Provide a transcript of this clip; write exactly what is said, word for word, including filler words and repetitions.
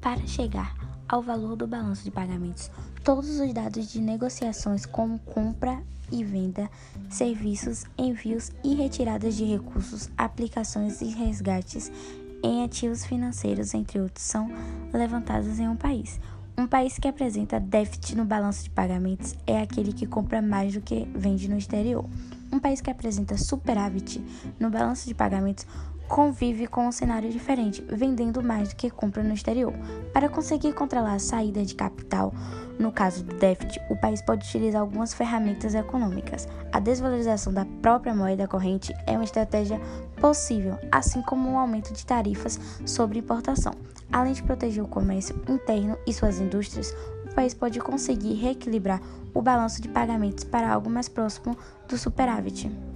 Para chegar ao valor do balanço de pagamentos, todos os dados de negociações como compra e venda, serviços, envios e retiradas de recursos, aplicações e resgates em ativos financeiros, entre outros, são levantados em um país. Um país que apresenta déficit no balanço de pagamentos é aquele que compra mais do que vende no exterior. Um país que apresenta superávit no balanço de pagamentos convive com um cenário diferente, vendendo mais do que compra no exterior. Para conseguir controlar a saída de capital, no caso do déficit, o país pode utilizar algumas ferramentas econômicas. A desvalorização da própria moeda corrente é uma estratégia possível, assim como um aumento de tarifas sobre importação. Além de proteger o comércio interno e suas indústrias, o país pode conseguir reequilibrar o balanço de pagamentos para algo mais próximo do superávit.